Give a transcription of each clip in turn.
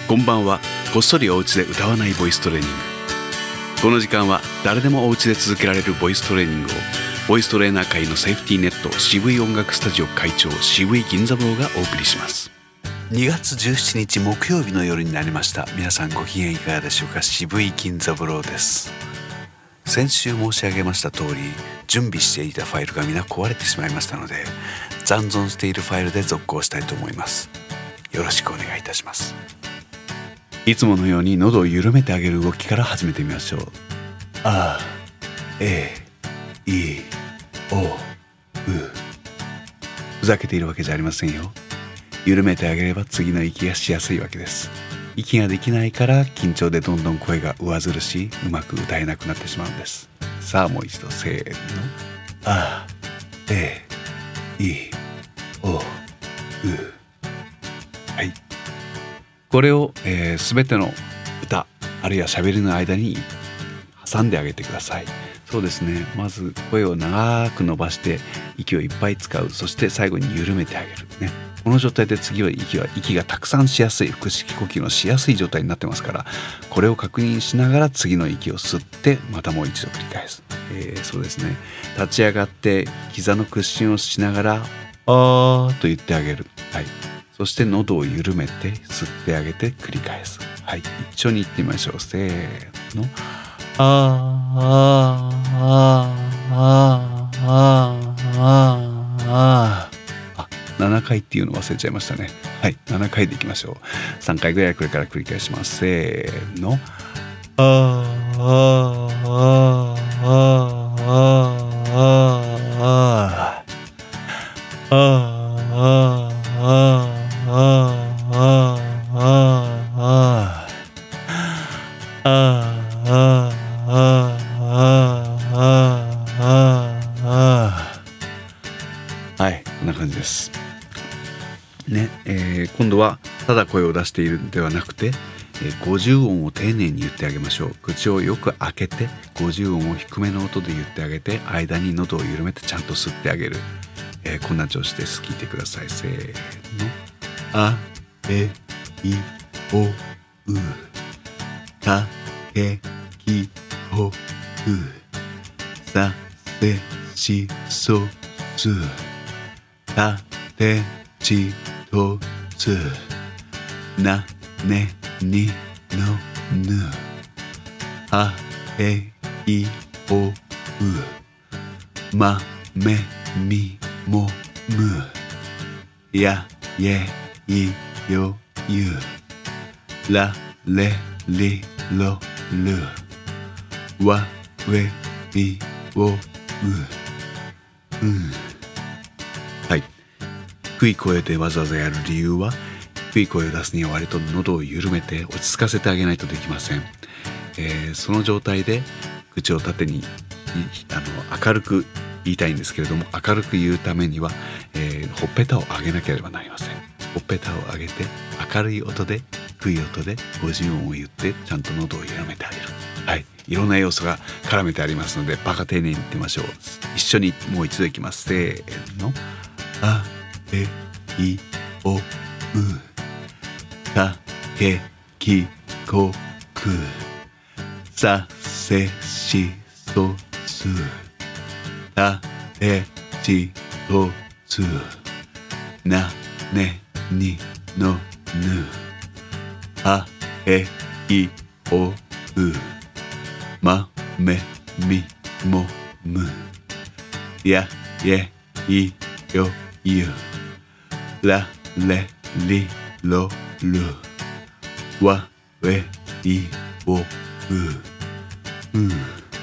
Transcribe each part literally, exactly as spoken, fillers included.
こんばんは。こっそりお家で歌わないボイストレーニング。この時間は誰でもお家で続けられるボイストレーニングをボイストレーナー界のセーフティーネット渋い音楽スタジオ会長渋い銀座坊がお送りします。にがつじゅうしちにち木曜日の夜になりました。皆さんご機嫌いかがでしょうか。渋い銀座坊です。先週申し上げました通り、準備していたファイルが皆壊れてしまいましたので、残存しているファイルで続行したいと思います。よろしくお願いいたします。いつものように喉を緩めてあげる動きから始めてみましょう。あ、え、い、お、う。ふざけているわけじゃありませんよ。緩めてあげれば次の息がしやすいわけです。息ができないから緊張でどんどん声が上ずるし、うまく歌えなくなってしまうんです。さあもう一度せーの。あ、え、い、お、う。はい。これを、えー、全ての歌あるいは喋りの間に挟んであげてください。そうですね。まず声を長く伸ばして息をいっぱい使う。そして最後に緩めてあげるね。この状態で次は息は息がたくさんしやすい、腹式呼吸のしやすい状態になってますから、これを確認しながら次の息を吸ってまたもう一度繰り返す。えー、そうですね。立ち上がって膝の屈伸をしながらあーと言ってあげる。はい。そして喉を緩めて吸ってあげて繰り返す。はい、一緒に言ってみましょう。せーの。あーあーあーあーあーあーあ、ななかいっていうの忘れちゃいましたね。はい、ななかいでいきましょう。さんかいぐらいこれから繰り返します。せーの。あーあーあーあーあーあーあーあーあーああああああはい、こんな感じですね。えー、今度はただ声を出しているのではなくて、えー、ごじゅうおんを丁寧に言ってあげましょう。口をよく開けてごじゅうおんを低めの音で言ってあげて、間に喉を緩めてちゃんと吸ってあげる。えー、こんな調子です。聞いてください。せーの。あ、え、い、お、う。た、け、き、ほ、う。さ、せ、し、そ、す。た、て、ち、と、つ。な、ね、に、の、ぬ。あ、え、い、お、う。ま、め、み、も、む。や、え、い、よ、ゆ。ら、れ、り、ろ、る。わ、we、い、お、う。うん。はい。低い声でわざわざやる理由は、低い声を出すには割と喉を緩めて落ち着かせてあげないとできません。えー、その状態で口を縦にあの明るく言いたいんですけれども、明るく言うためには、えー、ほっぺたを上げなければなりません。ほっぺたを上げて明るい音で低い音でごじゅうおんを言ってちゃんと喉を緩めてあげる。はい、いろんな要素が絡めてありますので、バカ丁寧に言ってみましょう。一緒にもう一度いきます。せーの。あ、え、い、お、う。た、け、き、こ、く。さ、せ、し、そ、す。た、て、ち、と、つ。な、ね、に、の、ぬ。あ、え、い、お、う。ま、め、み、も、む。や、え、い、よ、ゆ。ら、れ、り、ろ、る。わ、え、い、お、う。うん。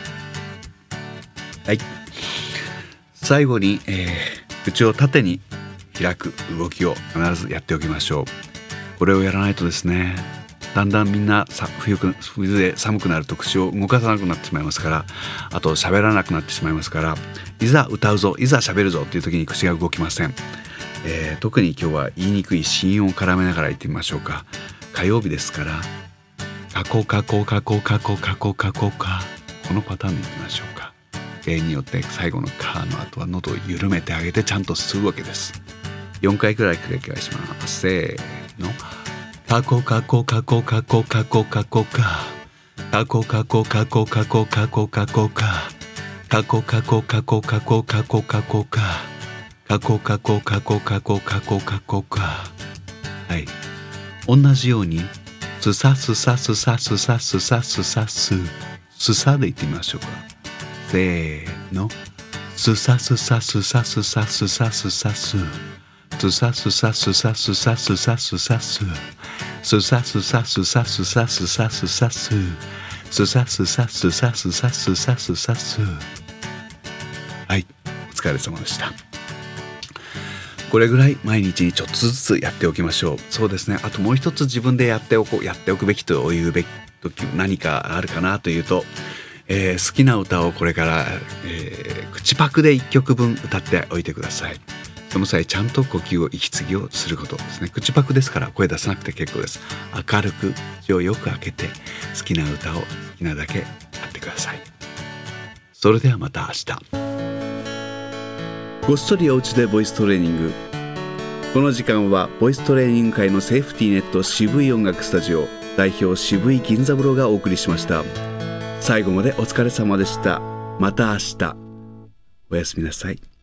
はい。最後に、えー、口を縦に開く動きを必ずやっておきましょう。これをやらないとですね、だんだんみんなさ 冬, 冬で寒くなると口を動かさなくなってしまいますから、あと喋らなくなってしまいますから、いざ歌うぞいざ喋るぞっていう時に口が動きません。えー、特に今日は言いにくい子音を絡めながら言ってみましょうか。火曜日ですから、カコカコカコカコカコカコカ、このパターンでいきましょうか。例によって最後のカの後は喉を緩めてあげてちゃんと吸うわけです。よんかいくらい繰り返します。せーの。 カコカコカコカコカコカコカカコカコカコカコカコカコカカコカコカコカコカコカコカカコカコカコカコカコカコカ。はい、同じようにスサスサスサスサスサスサススサで言ってみましょうか。せーの、スサスサスサスサスサスサススサスサスサスサスサスサススサスサスサスサスサスサススサスサスサスサスサスサス。はい、お疲れ様でした。これぐらい毎日にちょっとずつやっておきましょう。そうですね。あともう一つ自分でやっておこうやっておくべきというべき時何かあるかなというと、えー、好きな歌をこれから、えー、口パクでいっきょくぶん歌っておいてください。その際ちゃんと呼吸を息継ぎをすることですね。口パクですから声出さなくて結構です。明るく口をよく開けて好きな歌を好きなだけ歌ってください。それではまた明日。ごっそりおうちでボイストレーニング。この時間はボイストレーニング界のセーフティーネット渋い音楽スタジオ代表渋い銀座風呂がお送りしました。最後までお疲れ様でした。また明日。おやすみなさい。